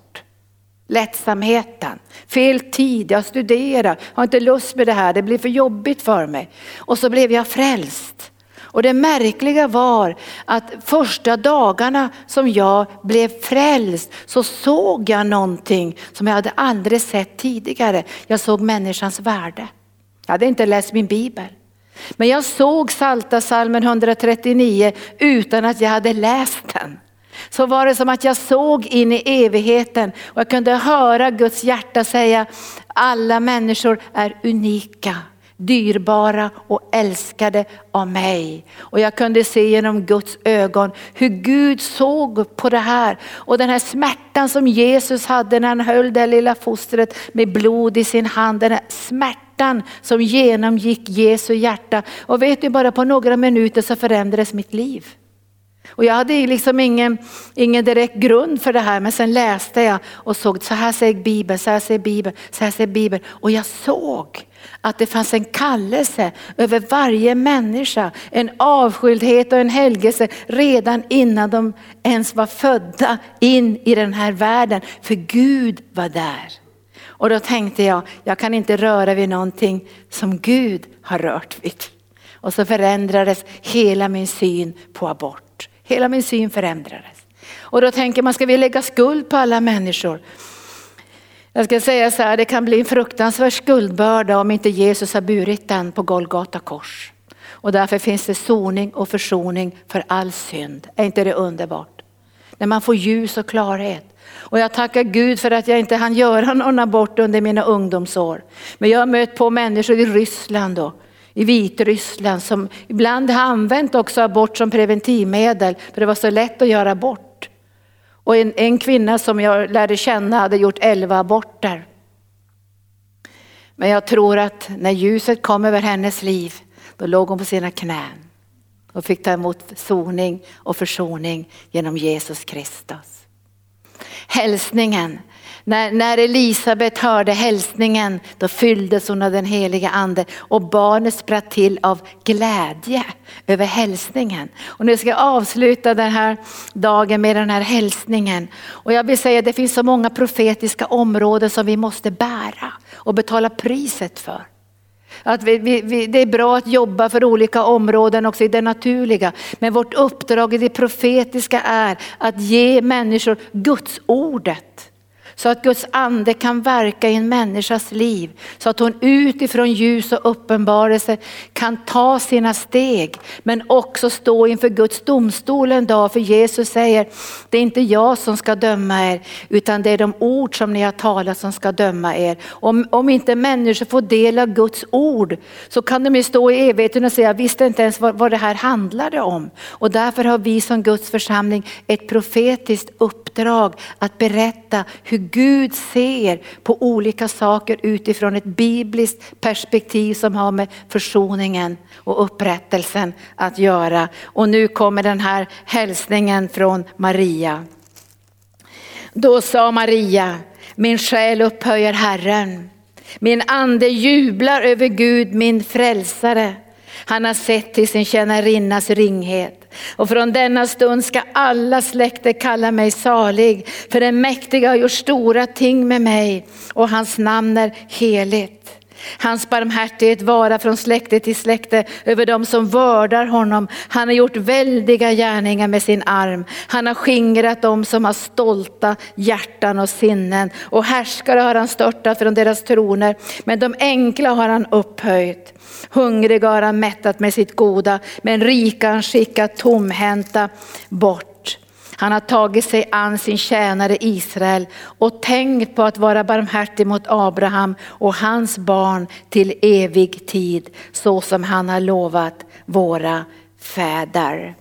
Lättsamheten, fel tid, jag studerar, har inte lust med det här, det blir för jobbigt för mig. Och så blev jag frälst. Och det märkliga var att första dagarna som jag blev frälst så såg jag någonting som jag hade aldrig sett tidigare. Jag såg människans värde. Jag hade inte läst min bibel. Men jag såg Psaltarpsalmen 139 utan att jag hade läst den. Så var det som att jag såg in i evigheten och jag kunde höra Guds hjärta säga: alla människor är unika, dyrbara och älskade av mig. Och jag kunde se genom Guds ögon hur Gud såg på det här. Och den här smärtan som Jesus hade när han höll det lilla fostret med blod i sin hand. Den här smärtan som genomgick Jesu hjärta. Och vet du, bara på några minuter så förändrades mitt liv. Och jag hade liksom ingen direkt grund för det här. Men sen läste jag och såg, så här säger Bibeln, så här säger Bibeln, så här säger Bibeln. Och jag såg att det fanns en kallelse över varje människa. En avskildhet och en helgelse redan innan de ens var födda in i den här världen. För Gud var där. Och då tänkte jag kan inte röra vid någonting som Gud har rört vid. Och så förändrades hela min syn på abort. Hela min syn förändrades. Och då tänker man, ska vi lägga skuld på alla människor? Jag ska säga så här, det kan bli en fruktansvärd skuldbörda om inte Jesus har burit den på Golgata kors. Och därför finns det soning och försoning för all synd. Är inte det underbart? När man får ljus och klarhet. Och jag tackar Gud för att jag inte hann göra någon abort under mina ungdomsår. Men jag har mött på människor i Ryssland då. I Vitryssland som ibland har använt också abort som preventivmedel. För det var så lätt att göra abort. Och en kvinna som jag lärde känna hade gjort 11 aborter. Men jag tror att när ljuset kom över hennes liv, då låg hon på sina knän. Och fick ta emot soning och försoning genom Jesus Kristus. Hälsningen. När Elisabet hörde hälsningen, då fylldes hon av den heliga ande och barnet spratt till av glädje över hälsningen. Och nu ska jag avsluta den här dagen med den här hälsningen. Och jag vill säga att det finns så många profetiska områden som vi måste bära och betala priset för. Att det är bra att jobba för olika områden också i det naturliga. Men vårt uppdrag i det profetiska är att ge människor Guds ordet. Så att Guds ande kan verka i en människas liv. Så att hon utifrån ljus och uppenbarelse kan ta sina steg. Men också stå inför Guds domstol en dag. För Jesus säger, det är inte jag som ska döma er. Utan det är de ord som ni har talat som ska döma er. Om inte människor får del av Guds ord, så kan de ju stå i evigheten och säga, jag visste inte ens vad det här handlade om. Och därför har vi som Guds församling ett profetiskt uppdrag att berätta hur Gud ser på olika saker utifrån ett bibliskt perspektiv som har med försoningen och upprättelsen att göra. Och nu kommer den här hälsningen från Maria. Då sa Maria, min själ upphöjer Herren. Min ande jublar över Gud, min frälsare. Han har sett till sin tjänarinnas ringhet. Och från denna stund ska alla släkter kalla mig salig. För den mäktiga har gjort stora ting med mig. Och hans namn är heligt. Hans barmhärtighet vara från släkte till släkte över dem som vördar honom. Han har gjort väldiga gärningar med sin arm. Han har skingrat dem som har stolta hjärtan och sinnen. Och härskare har han störtat från deras troner. Men de enkla har han upphöjt. Hungriga har han mättat med sitt goda. Men rika han skickat tomhänta bort. Han har tagit sig an sin tjänare Israel och tänkt på att vara barmhärtig mot Abraham och hans barn till evig tid, så som han har lovat våra fäder.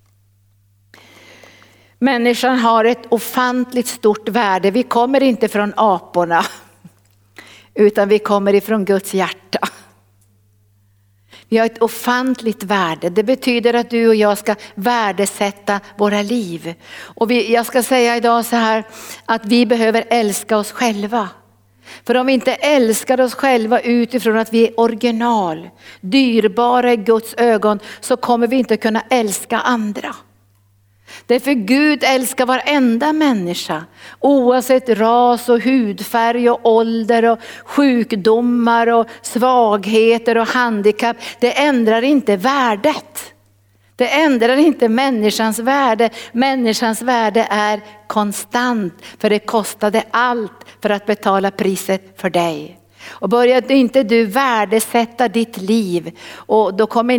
Människan har ett ofantligt stort värde. Vi kommer inte från aporna, utan vi kommer ifrån Guds hjärta. Vi har ett ofantligt värde. Det betyder att du och jag ska värdesätta våra liv. Och jag ska säga idag så här, att vi behöver älska oss själva. För om vi inte älskar oss själva utifrån att vi är original, dyrbara i Guds ögon, så kommer vi inte kunna älska andra. Därför Gud älskar varenda människa, oavsett ras och hudfärg och ålder och sjukdomar och svagheter och handikapp. Det ändrar inte värdet. Det ändrar inte människans värde. Människans värde är konstant, för det kostade allt för att betala priset för dig. Och börjar inte du värdesätta ditt liv, och då kommer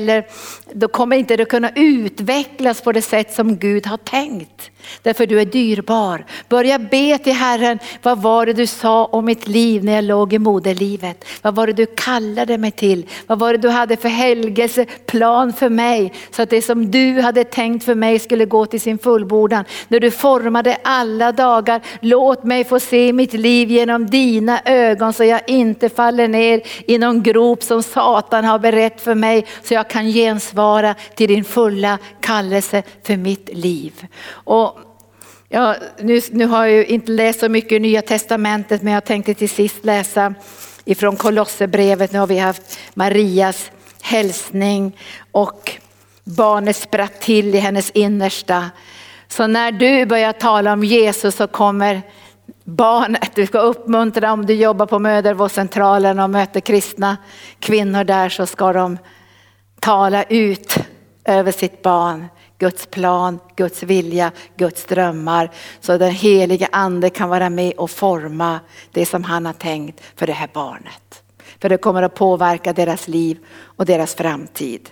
inte det kunna utvecklas på det sätt som Gud har tänkt. Därför du är dyrbar. Börja be till Herren, vad var det du sa om mitt liv när jag låg i moderlivet? Vad var det du kallade mig till? Vad var det du hade för helgelseplan för mig? Så att det som du hade tänkt för mig skulle gå till sin fullbordan. När du formade alla dagar, låt mig få se mitt liv genom dina ögon, så jag inte faller ner i någon grop som Satan har berett för mig, så jag kan gensvara till din fulla kallelse för mitt liv. Och ja, nu har jag ju inte läst så mycket i Nya Testamentet, men jag tänkte till sist läsa ifrån Kolosserbrevet. Nu har vi haft Marias hälsning och barnet spratt till i hennes innersta. Så när du börjar tala om Jesus, så kommer barnet, du ska uppmuntra, om du jobbar på mödravårdscentralen och möter kristna kvinnor där, så ska de tala ut över sitt barn. Guds plan, Guds vilja, Guds drömmar. Så den heliga ande kan vara med och forma det som han har tänkt för det här barnet. För det kommer att påverka deras liv och deras framtid.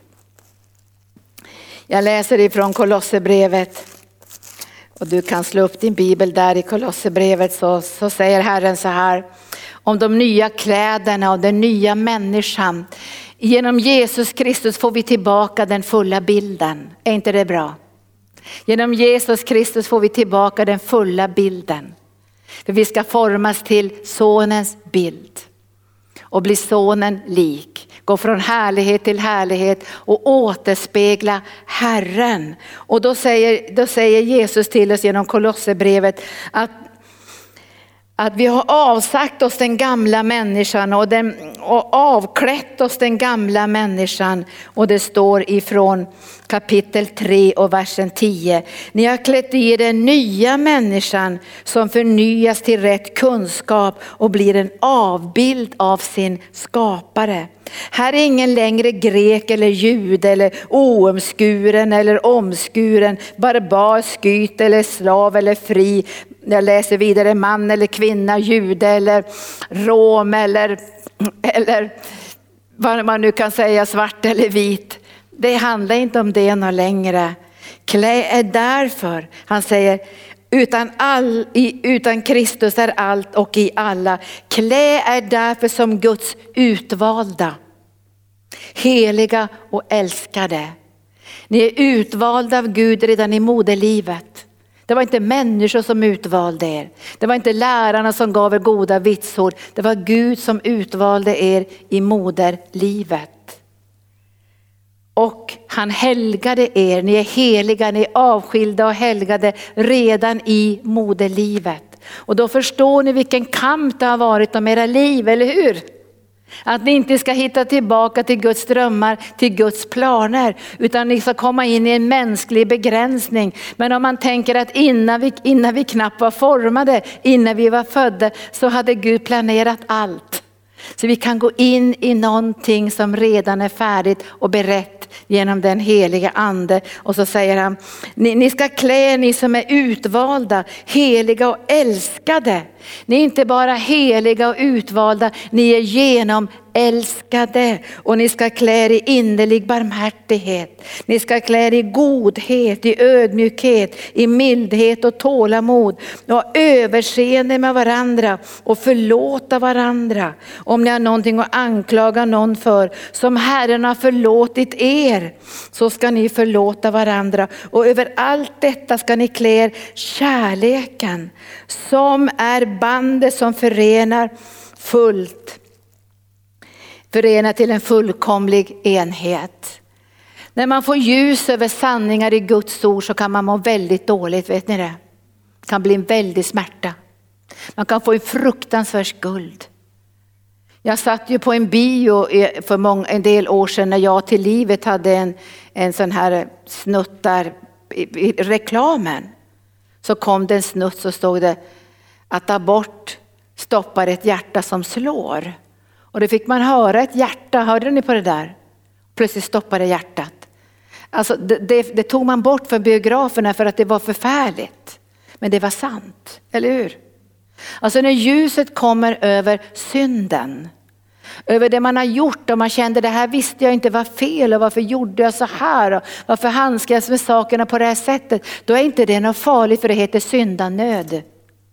Jag läser ifrån Kolosserbrevet. Och du kan slå upp din bibel där i Kolosserbrevet, så säger Herren så här. Om de nya kläderna och den nya människan. Genom Jesus Kristus får vi tillbaka den fulla bilden. Är inte det bra? Genom Jesus Kristus får vi tillbaka den fulla bilden. För vi ska formas till sonens bild. Och bli sonen lik. Gå från härlighet till härlighet och återspegla Herren. Och då säger Jesus till oss genom Kolosserbrevet att vi har avsagt oss den gamla människan och avklätt oss den gamla människan. Och det står ifrån kapitel 3 och versen 10. Ni har klätt i den nya människan som förnyas till rätt kunskap och blir en avbild av sin skapare. Här är ingen längre grek eller jud eller oomskuren eller omskuren, barbar, skyt eller slav eller fri. Jag läser vidare, man eller kvinna, jude eller rom eller vad man nu kan säga, svart eller vit. Det handlar inte om det någon längre. Klä är därför, han säger, utan Kristus är allt och i alla. Klä är därför som Guds utvalda, heliga och älskade. Ni är utvalda av Gud redan i moderlivet. Det var inte människor som utvalde er. Det var inte lärarna som gav er goda vitsord. Det var Gud som utvalde er i moderlivet. Och han helgade er. Ni är heliga, ni är avskilda och helgade redan i moderlivet. Och då förstår ni vilken kamp det har varit om era liv, eller hur? Att ni inte ska hitta tillbaka till Guds drömmar, till Guds planer, utan ni ska komma in i en mänsklig begränsning. Men om man tänker att innan vi knappt var formade, innan vi var födda, så hade Gud planerat allt. Så vi kan gå in i någonting som redan är färdigt och berett genom den heliga ande. Och så säger han, ni ska klä, ni som är utvalda, heliga och älskade. Ni är inte bara heliga och utvalda, ni är genomälskade. Och ni ska klä er i innerlig barmhärtighet. Ni ska klä er i godhet, i ödmjukhet, i mildhet och tålamod. Och ha överseende med varandra och förlåta varandra. Om ni har någonting att anklaga någon för, som Herren har förlåtit er, så ska ni förlåta varandra. Och över allt detta ska ni klä er kärleken, som är bandet som förenar till en fullkomlig enhet. När man får ljus över sanningar i Guds ord så kan man må väldigt dåligt, vet ni det? Det kan bli en väldig smärta. Man kan få en fruktansvärd skuld. Jag satt ju på en bio för en del år sedan när Jag till livet hade en sån här snutt där i reklamen. Så kom det en snutt, så stod det att abort stoppar ett hjärta som slår. Och då fick man höra ett hjärta, hörde ni på det där? Plötsligt stoppade hjärtat. Alltså det tog man bort för biograferna för att det var förfärligt. Men det var sant, eller hur? Alltså när ljuset kommer över synden, över det man har gjort och man kände det här visste jag inte var fel och varför gjorde jag så här och varför handskas med sakerna på det här sättet, då är inte det något farligt, för det heter syndanöd.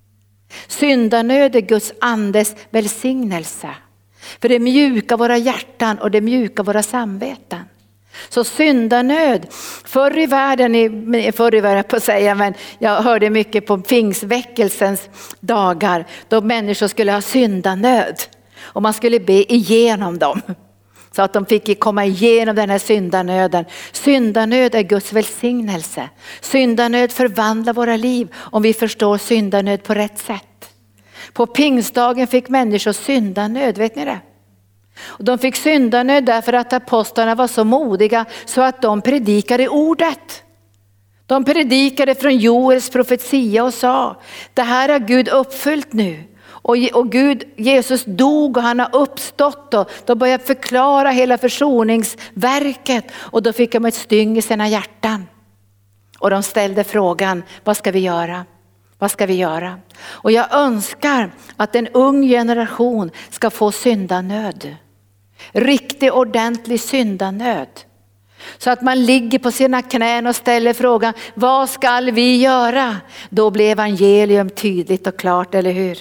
Syndanöd är Guds andes välsignelse. För det mjukar våra hjärtan och det mjukar våra samveten. Så syndanöd, förr i världen på att säga, men jag hörde mycket på pingstväckelsens dagar då människor skulle ha syndanöd och man skulle be igenom dem så att de fick komma igenom den här syndanöden. Syndanöd är Guds välsignelse. Syndanöd förvandlar våra liv om vi förstår syndanöd på rätt sätt. På pingstdagen fick människor syndanöd, vet ni det? Och de fick syndanöd därför att apostlarna var så modiga så att de predikade ordet. De predikade från Joels profetia och sa: det här har Gud uppfyllt nu. Och Jesus dog och han har uppstått, och de började förklara hela försoningsverket, och då fick de ett styng i sina hjärtan. Och de ställde frågan: vad ska vi göra? Vad ska vi göra? Och jag önskar att en ung generation ska få syndanöd. Riktig ordentlig syndanöd. Så att man ligger på sina knän och ställer frågan: vad ska vi göra? Då blir evangelium tydligt och klart, eller hur?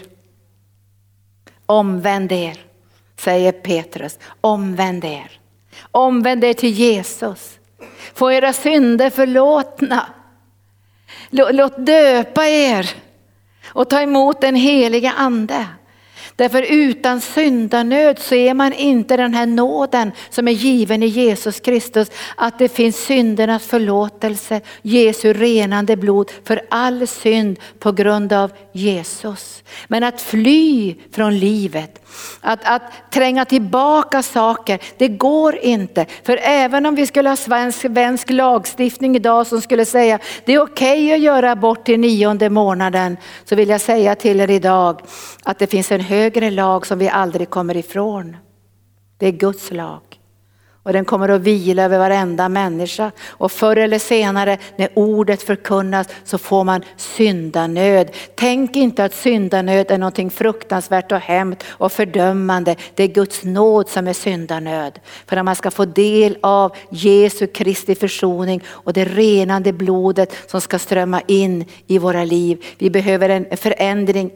Omvänd er, säger Petrus. Omvänd er. Omvänd er till Jesus. Få era synder förlåtna. Låt döpa er och ta emot den heliga ande. Därför utan syndanöd så är man inte den här nåden som är given i Jesus Kristus. Att det finns syndernas förlåtelse, Jesu renande blod för all synd på grund av Jesus. Men att fly från livet, att tränga tillbaka saker, det går inte. För även om vi skulle ha svensk lagstiftning idag som skulle säga det är okej att göra abort till 9:e månaden, så vill jag säga till er idag att det finns en högre lag som vi aldrig kommer ifrån. Det är Guds lag. Och den kommer att vila över varenda människa. Och förr eller senare när ordet förkunnas så får man syndanöd. Tänk inte att syndanöd är någonting fruktansvärt och hemskt och fördömande. Det är Guds nåd som är syndanöd. För att man ska få del av Jesu Kristi försoning och det renande blodet som ska strömma in i våra liv. Vi behöver en förändring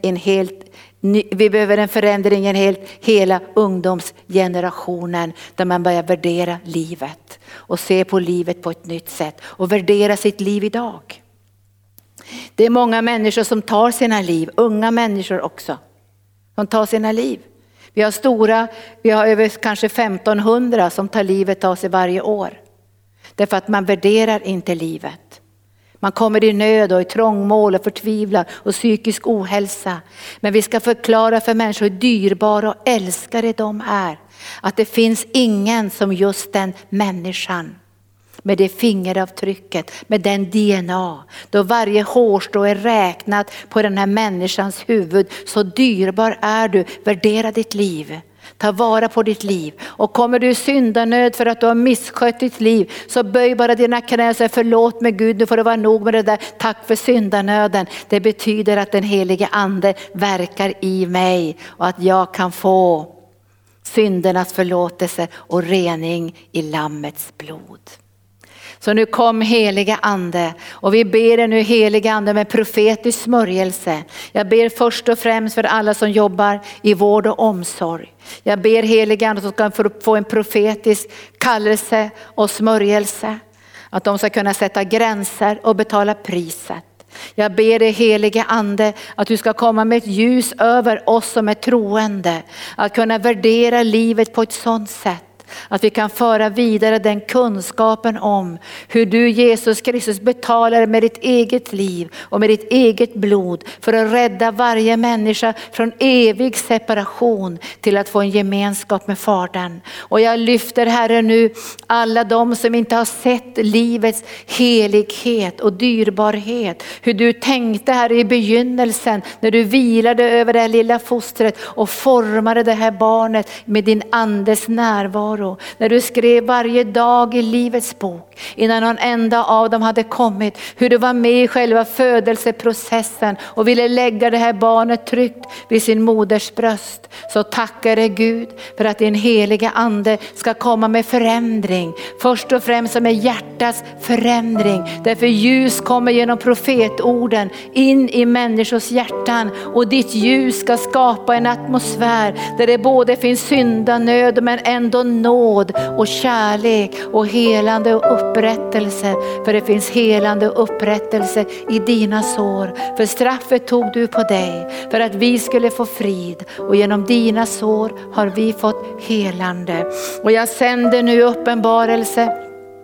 i hela ungdomsgenerationen, där man börjar värdera livet och se på livet på ett nytt sätt och värdera sitt liv idag. Det är många människor som tar sina liv, unga människor också, som tar sina liv. Vi har över kanske 1500 som tar livet av sig varje år. Därför att man värderar inte livet. Man kommer i nöd och i trångmål och förtvivlan och psykisk ohälsa. Men vi ska förklara för människor hur dyrbara och älskade de är. Att det finns ingen som just den människan. Med det fingeravtrycket, med den DNA. Då varje hårstrå är räknat på den här människans huvud. Så dyrbar är du, värdera ditt liv. Ta vara på ditt liv. Och kommer du i syndanöd för att du har misskött ditt liv, så böj bara dina knän och säg förlåt mig Gud, nu får det vara nog med det där. Tack för syndanöden. Det betyder att den helige ande verkar i mig och att jag kan få syndernas förlåtelse och rening i lammets blod. Så nu kom heliga ande, och vi ber er nu heliga ande med profetisk smörjelse. Jag ber först och främst för alla som jobbar i vård och omsorg. Jag ber heliga ande att de ska få en profetisk kallelse och smörjelse. Att de ska kunna sätta gränser och betala priset. Jag ber dig heliga ande att du ska komma med ett ljus över oss som är troende. Att kunna värdera livet på ett sådant sätt att vi kan föra vidare den kunskapen om hur du Jesus Kristus betalar med ditt eget liv och med ditt eget blod för att rädda varje människa från evig separation till att få en gemenskap med Fadern. Och jag lyfter Herre nu alla de som inte har sett livets helighet och dyrbarhet. Hur du tänkte här i begynnelsen när du vilade över det här lilla fostret och formade det här barnet med din andes närvaro. När du skrev varje dag i livets bok innan någon enda av dem hade kommit, hur du var med i själva födelseprocessen och ville lägga det här barnet tryggt vid sin moders bröst, så tackar dig Gud för att din heliga ande ska komma med förändring. Först och främst som är hjärtats förändring, därför ljus kommer genom profetorden in i människors hjärtan, och ditt ljus ska skapa en atmosfär där det både finns syndanöd men ändå nåd och kärlek och helande och upprättelse. För det finns helande och upprättelse i dina sår. För straffet tog du på dig för att vi skulle få frid, och genom dina sår har vi fått helande. Och jag sänder nu uppenbarelse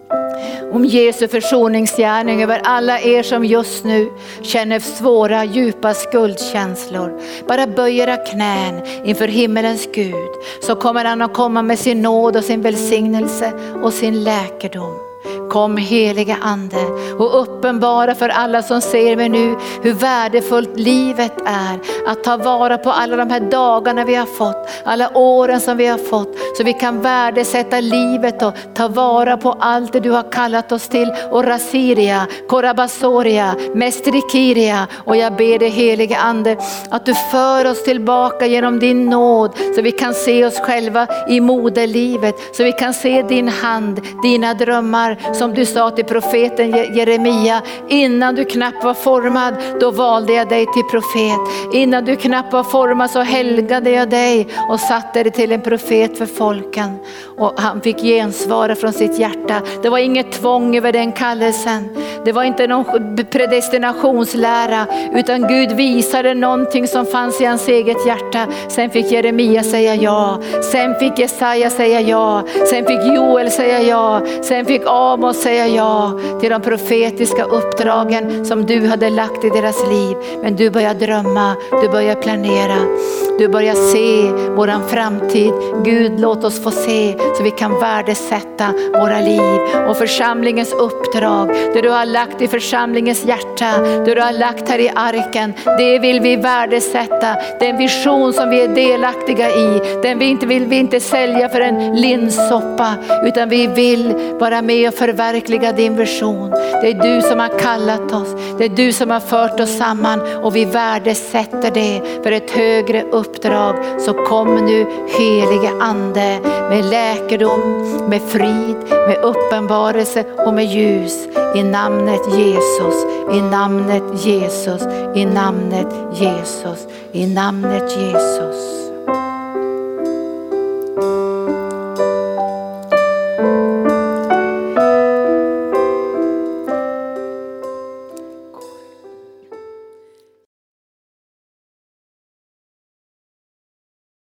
om Jesu försoningsgärning över alla er som just nu känner svåra, djupa skuldkänslor. Bara böj era knän inför himmelens Gud, så kommer han att komma med sin nåd och sin välsignelse och sin läkedom. Kom heliga ande och uppenbara för alla som ser mig nu hur värdefullt livet är. Att ta vara på alla de här dagarna vi har fått, alla åren som vi har fått, så vi kan värdesätta livet och ta vara på allt det du har kallat oss till. Och Rasiria, Korabasoria, Mestrikiria. Och jag ber dig heliga ande att du för oss tillbaka genom din nåd, så vi kan se oss själva i moderlivet, så vi kan se din hand, dina drömmar. Som du sa till profeten Jeremia, innan du knappt var formad, då valde jag dig till profet. Innan du knappt var formad så helgade jag dig och satte dig till en profet för folken. Och han fick gensvara från sitt hjärta. Det var inget tvång över den kallelsen. Det var inte någon predestinationslära, utan Gud visade någonting som fanns i hans eget hjärta. Sen fick Jeremia säga ja. Sen fick Jesaja säga ja. Sen fick Joel säga ja. Sen fick Amos säga ja till de profetiska uppdragen som du hade lagt i deras liv. Men du börjar drömma, du börjar planera, du börjar se våran framtid. Gud, låt oss få se så vi kan värdesätta våra liv och församlingens uppdrag. Det du har lagt i församlingens hjärta, det du har lagt här i arken, det vill vi värdesätta. Den vision som vi är delaktiga i, den vill vi inte sälja för en linssoppa, utan vi vill vara med och förverkliga din vision. Det är du som har kallat oss, det är du som har fört oss samman, och vi värdesätter det för ett högre uppdrag. Så kom nu heliga ande med läkedom, med frid, med uppenbarelse och med ljus. I namnet Jesus, i namnet Jesus, i namnet Jesus, i namnet Jesus.